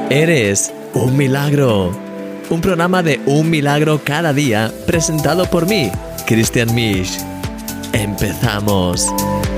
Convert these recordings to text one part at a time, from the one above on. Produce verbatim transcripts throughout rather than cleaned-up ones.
Eres un milagro. Un programa de un milagro cada día presentado por mí, Christian Misch. Empezamos.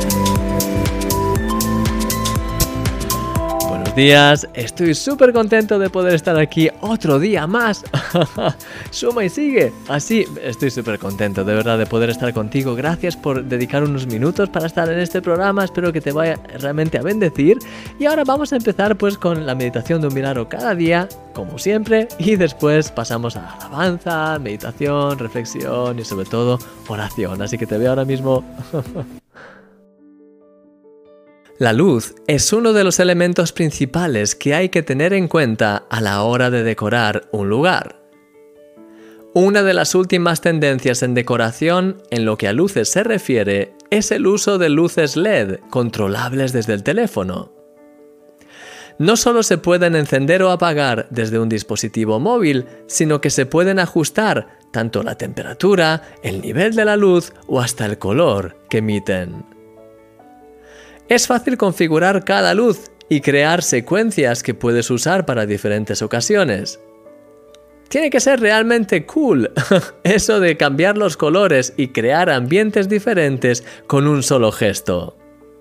Buenos días, estoy súper contento de poder estar aquí otro día más. Suma y sigue. Así, estoy súper contento de verdad de poder estar contigo. Gracias por dedicar unos minutos para estar en este programa. Espero que te vaya realmente a bendecir. Y ahora vamos a empezar pues con la meditación de un milagro cada día, como siempre. Y después pasamos a alabanza, meditación, reflexión y sobre todo oración. Así que te veo ahora mismo. La luz es uno de los elementos principales que hay que tener en cuenta a la hora de decorar un lugar. Una de las últimas tendencias en decoración, en lo que a luces se refiere, es el uso de luces L E D controlables desde el teléfono. No solo se pueden encender o apagar desde un dispositivo móvil, sino que se pueden ajustar tanto la temperatura, el nivel de la luz o hasta el color que emiten. Es fácil configurar cada luz y crear secuencias que puedes usar para diferentes ocasiones. Tiene que ser realmente cool eso de cambiar los colores y crear ambientes diferentes con un solo gesto.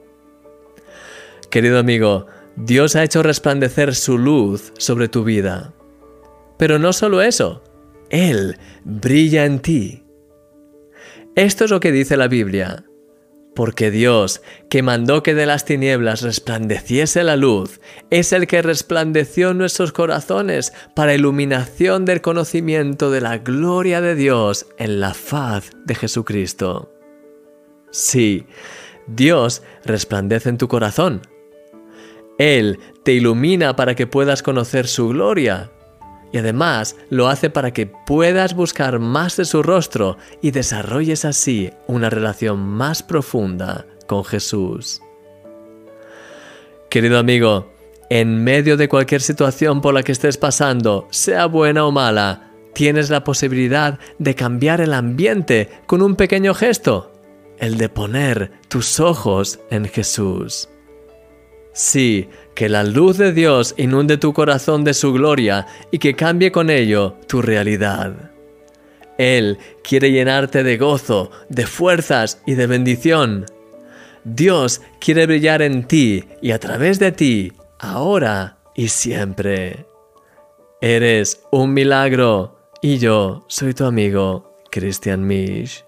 Querido amigo, Dios ha hecho resplandecer su luz sobre tu vida. Pero no solo eso, Él brilla en ti. Esto es lo que dice la Biblia. Porque Dios, que mandó que de las tinieblas resplandeciese la luz, es el que resplandeció en nuestros corazones para iluminación del conocimiento de la gloria de Dios en la faz de Jesucristo. Sí, Dios resplandece en tu corazón. Él te ilumina para que puedas conocer su gloria. Y además lo hace para que puedas buscar más de su rostro y desarrolles así una relación más profunda con Jesús. Querido amigo, en medio de cualquier situación por la que estés pasando, sea buena o mala, tienes la posibilidad de cambiar el ambiente con un pequeño gesto, el de poner tus ojos en Jesús. Sí, que la luz de Dios inunde tu corazón de su gloria y que cambie con ello tu realidad. Él quiere llenarte de gozo, de fuerzas y de bendición. Dios quiere brillar en ti y a través de ti, ahora y siempre. Eres un milagro y yo soy tu amigo, Christian Misch.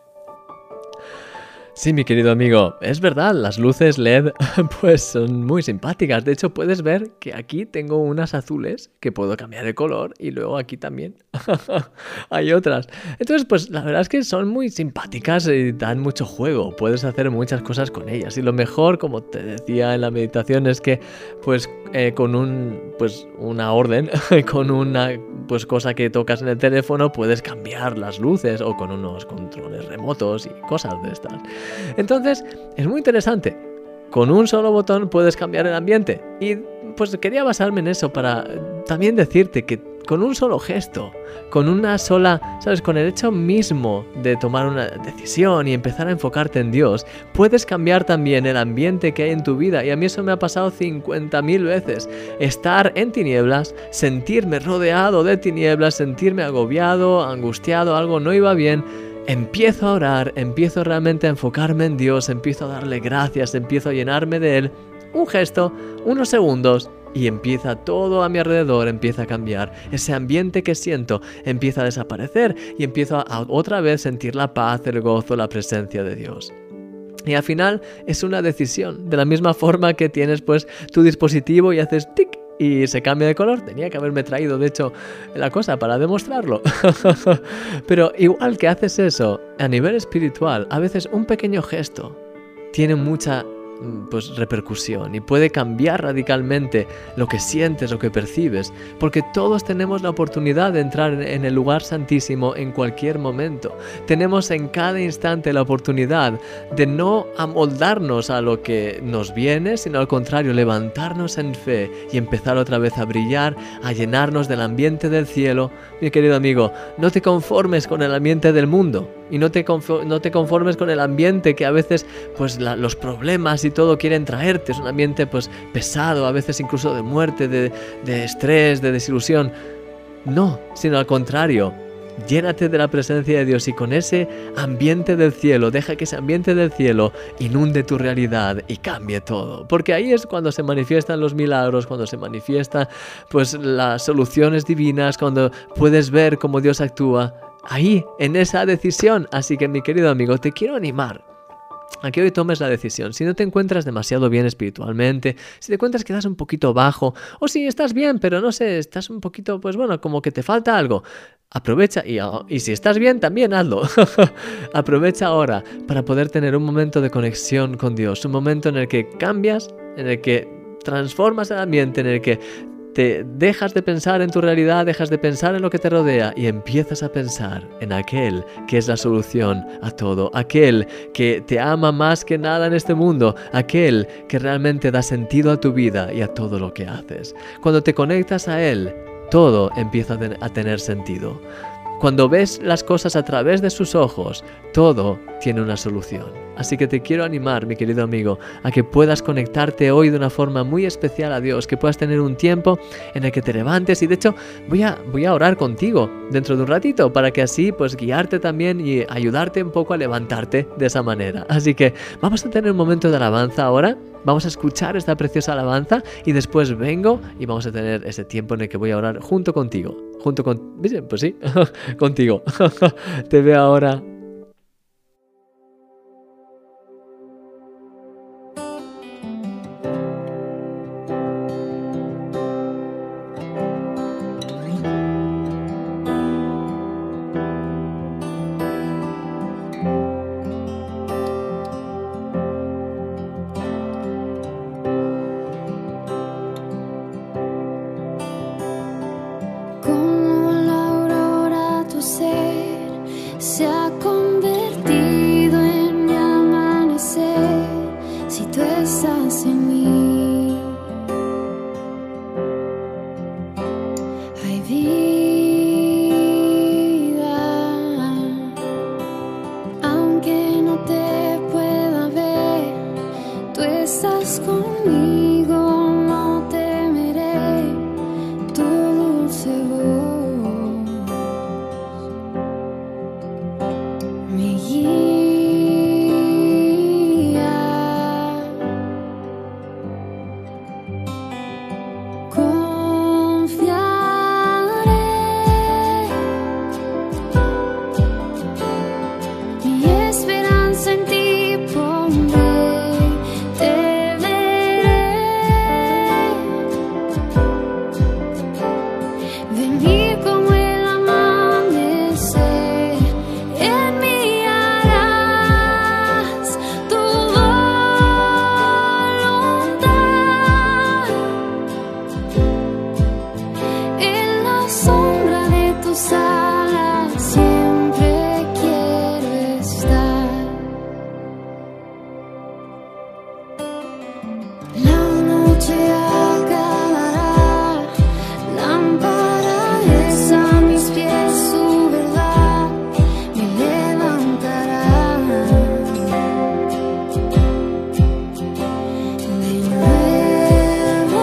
Sí, mi querido amigo, es verdad, las luces L E D pues son muy simpáticas. De hecho, puedes ver que aquí tengo unas azules que puedo cambiar el color y luego aquí también hay otras. Entonces, pues la verdad es que son muy simpáticas y dan mucho juego. Puedes hacer muchas cosas con ellas. Y lo mejor, como te decía en la meditación, es que pues eh, con un pues una orden, con una pues cosa que tocas en el teléfono, puedes cambiar las luces o con unos controles remotos y cosas de estas. Entonces, es muy interesante. Con un solo botón puedes cambiar el ambiente. Y pues quería basarme en eso para también decirte que con un solo gesto, con una sola, ¿sabes? Con el hecho mismo de tomar una decisión y empezar a enfocarte en Dios, puedes cambiar también el ambiente que hay en tu vida. Y a mí eso me ha pasado cincuenta mil veces. Estar en tinieblas, sentirme rodeado de tinieblas, sentirme agobiado, angustiado, algo no iba bien. Empiezo a orar, empiezo realmente a enfocarme en Dios, empiezo a darle gracias, empiezo a llenarme de Él. Un gesto, unos segundos, y empieza todo a mi alrededor, empieza a cambiar. Ese ambiente que siento empieza a desaparecer y empiezo a, a otra vez sentir la paz, el gozo, la presencia de Dios. Y al final es una decisión, de la misma forma que tienes pues tu dispositivo y haces tic y se cambia de color. Tenía que haberme traído, de hecho, la cosa para demostrarlo. Pero igual que haces eso, a nivel espiritual, a veces un pequeño gesto tiene mucha pues repercusión y puede cambiar radicalmente lo que sientes, lo que percibes, porque todos tenemos la oportunidad de entrar en el lugar santísimo en cualquier momento. Tenemos en cada instante la oportunidad de no amoldarnos a lo que nos viene, sino al contrario, levantarnos en fe y empezar otra vez a brillar, a llenarnos del ambiente del cielo. Mi querido amigo, no te conformes con el ambiente del mundo. y no te, no te conformes con el ambiente que a veces pues la, los problemas y todo quieren traerte. Es un ambiente pues pesado, a veces incluso de muerte, de, de estrés, de desilusión. No, sino al contrario. Llénate de la presencia de Dios y con ese ambiente del cielo, deja que ese ambiente del cielo inunde tu realidad y cambie todo. Porque ahí es cuando se manifiestan los milagros, cuando se manifiestan pues las soluciones divinas, cuando puedes ver cómo Dios actúa. Ahí, en esa decisión. Así que mi querido amigo, te quiero animar a que hoy tomes la decisión. Si no te encuentras demasiado bien espiritualmente, si te encuentras que estás un poquito bajo, o si estás bien, pero no sé, estás un poquito, pues bueno, como que te falta algo, aprovecha y, y si estás bien, también hazlo. Aprovecha ahora para poder tener un momento de conexión con Dios, un momento en el que cambias, en el que transformas el ambiente, en el que te dejas de pensar en tu realidad, dejas de pensar en lo que te rodea y empiezas a pensar en aquel que es la solución a todo, aquel que te ama más que nada en este mundo, aquel que realmente da sentido a tu vida y a todo lo que haces. Cuando te conectas a Él, todo empieza a tener sentido. Cuando ves las cosas a través de sus ojos, todo tiene una solución. Así que te quiero animar, mi querido amigo, a que puedas conectarte hoy de una forma muy especial a Dios, que puedas tener un tiempo en el que te levantes y de hecho voy a, voy a orar contigo dentro de un ratito para que así pues guiarte también y ayudarte un poco a levantarte de esa manera. Así que vamos a tener un momento de alabanza ahora. Vamos a escuchar esta preciosa alabanza y después vengo y vamos a tener ese tiempo en el que voy a orar junto contigo. Junto con... Pues sí, contigo. Te veo ahora. Se ha convertido en mi amanecer si tú estás en mí. Hay vida, aunque no te pueda ver, tú estás conmigo, no temeré tu dulce voz. Me guía, confiaré, mi esperanza en ti pondré, te veré, venir como el amanecer, en mí sombra de tus alas siempre quiero estar. La noche acabará, lámpara es a mis pies, su verdad me levantará. De nuevo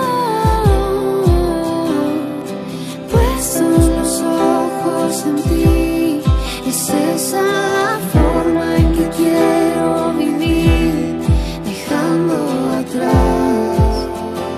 puestos los ojos en ti, es esa la forma en que quiero vivir, dejando atrás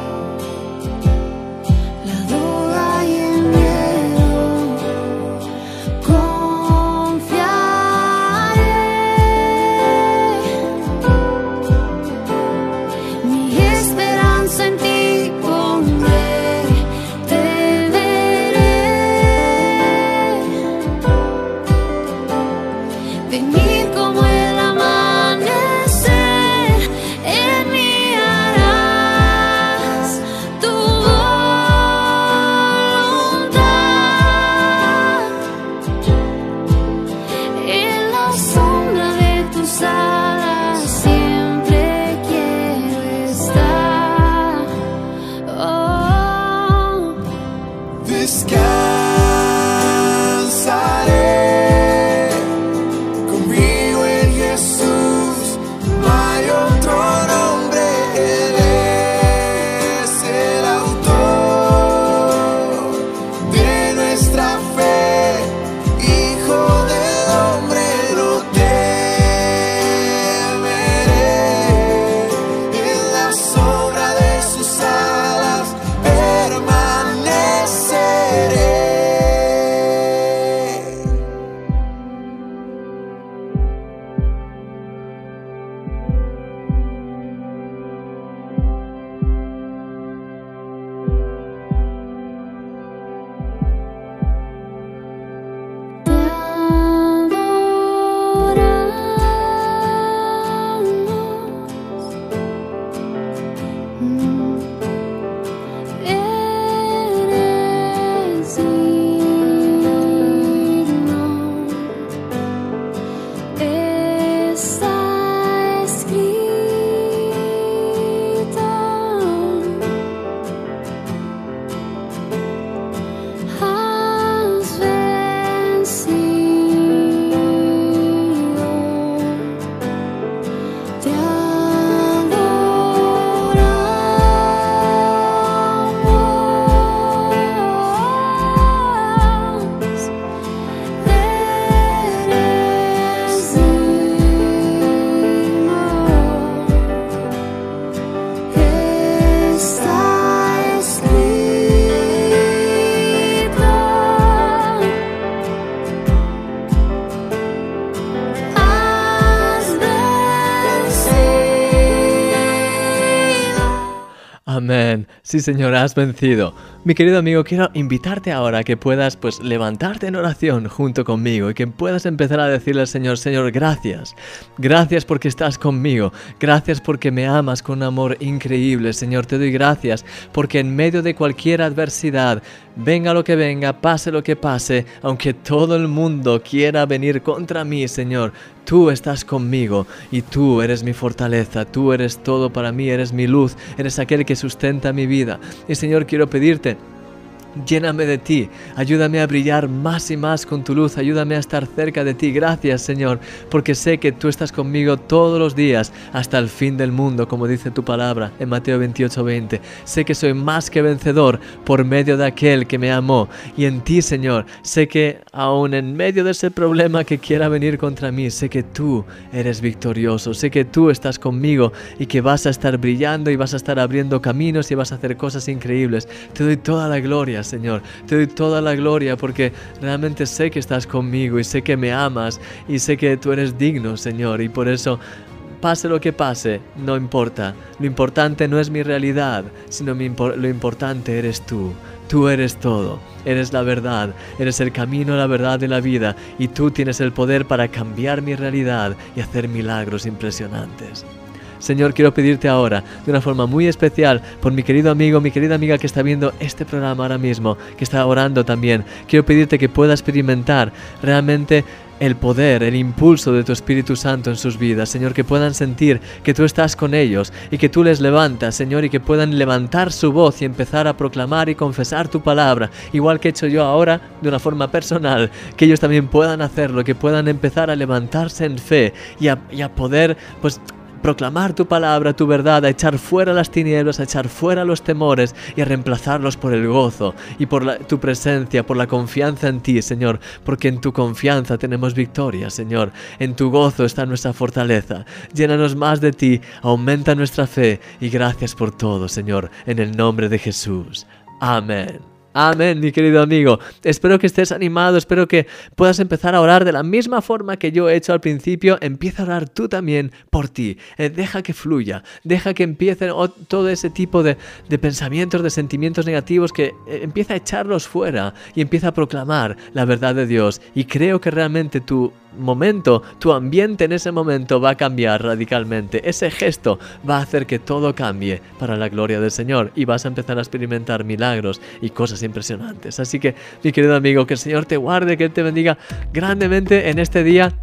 Amén. Sí, Señor, has vencido. Mi querido amigo, quiero invitarte ahora a que puedas pues levantarte en oración junto conmigo y que puedas empezar a decirle al Señor, Señor, gracias. Gracias porque estás conmigo. Gracias porque me amas con un amor increíble, Señor. Te doy gracias porque en medio de cualquier adversidad, venga lo que venga, pase lo que pase, aunque todo el mundo quiera venir contra mí, Señor, tú estás conmigo y tú eres mi fortaleza, tú eres todo para mí, eres mi luz, eres aquel que sustenta mi vida. Y Señor, quiero pedirte, lléname de ti, ayúdame a brillar más y más con tu luz, ayúdame a estar cerca de ti. Gracias, Señor, porque sé que tú estás conmigo todos los días hasta el fin del mundo, como dice tu palabra en Mateo veintiocho veinte. Sé que soy más que vencedor por medio de aquel que me amó, y en ti, Señor, sé que aún en medio de ese problema que quiera venir contra mí, sé que tú eres victorioso, sé que tú estás conmigo y que vas a estar brillando y vas a estar abriendo caminos y vas a hacer cosas increíbles. Te doy toda la gloria, Señor, te doy toda la gloria porque realmente sé que estás conmigo y sé que me amas y sé que tú eres digno, Señor, y por eso, pase lo que pase, no importa. Lo importante no es mi realidad, sino mi impo- lo importante eres tú. Tú eres todo, eres la verdad, eres el camino, la verdad y la vida, y tú tienes el poder para cambiar mi realidad y hacer milagros impresionantes. Señor, quiero pedirte ahora, de una forma muy especial, por mi querido amigo, mi querida amiga que está viendo este programa ahora mismo, que está orando también. Quiero pedirte que pueda experimentar realmente el poder, el impulso de tu Espíritu Santo en sus vidas, Señor, que puedan sentir que tú estás con ellos y que tú les levantas, Señor, y que puedan levantar su voz y empezar a proclamar y confesar tu palabra, igual que he hecho yo ahora de una forma personal, que ellos también puedan hacerlo, que puedan empezar a levantarse en fe y a, y a poder, pues, proclamar tu palabra, tu verdad, a echar fuera las tinieblas, a echar fuera los temores y a reemplazarlos por el gozo y por la, tu presencia, por la confianza en ti, Señor, porque en tu confianza tenemos victoria, Señor. En tu gozo está nuestra fortaleza. Llénanos más de ti, aumenta nuestra fe y gracias por todo, Señor, en el nombre de Jesús. Amén. Amén, mi querido amigo. Espero que estés animado, espero que puedas empezar a orar de la misma forma que yo he hecho al principio. Empieza a orar tú también por ti. Eh, deja que fluya, deja que empiecen oh, todo ese tipo de, de pensamientos, de sentimientos negativos, que eh, empieza a echarlos fuera y empieza a proclamar la verdad de Dios. Y creo que realmente tu momento, tu ambiente en ese momento va a cambiar radicalmente. Ese gesto va a hacer que todo cambie para la gloria del Señor y vas a empezar a experimentar milagros y cosas impresionantes. Así que, mi querido amigo, que el Señor te guarde, que Él te bendiga grandemente en este día.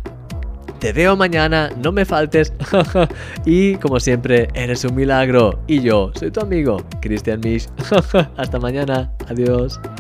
Te veo mañana, no me faltes. Y como siempre, eres un milagro. Y yo soy tu amigo, Cristian Misch. Hasta mañana, adiós.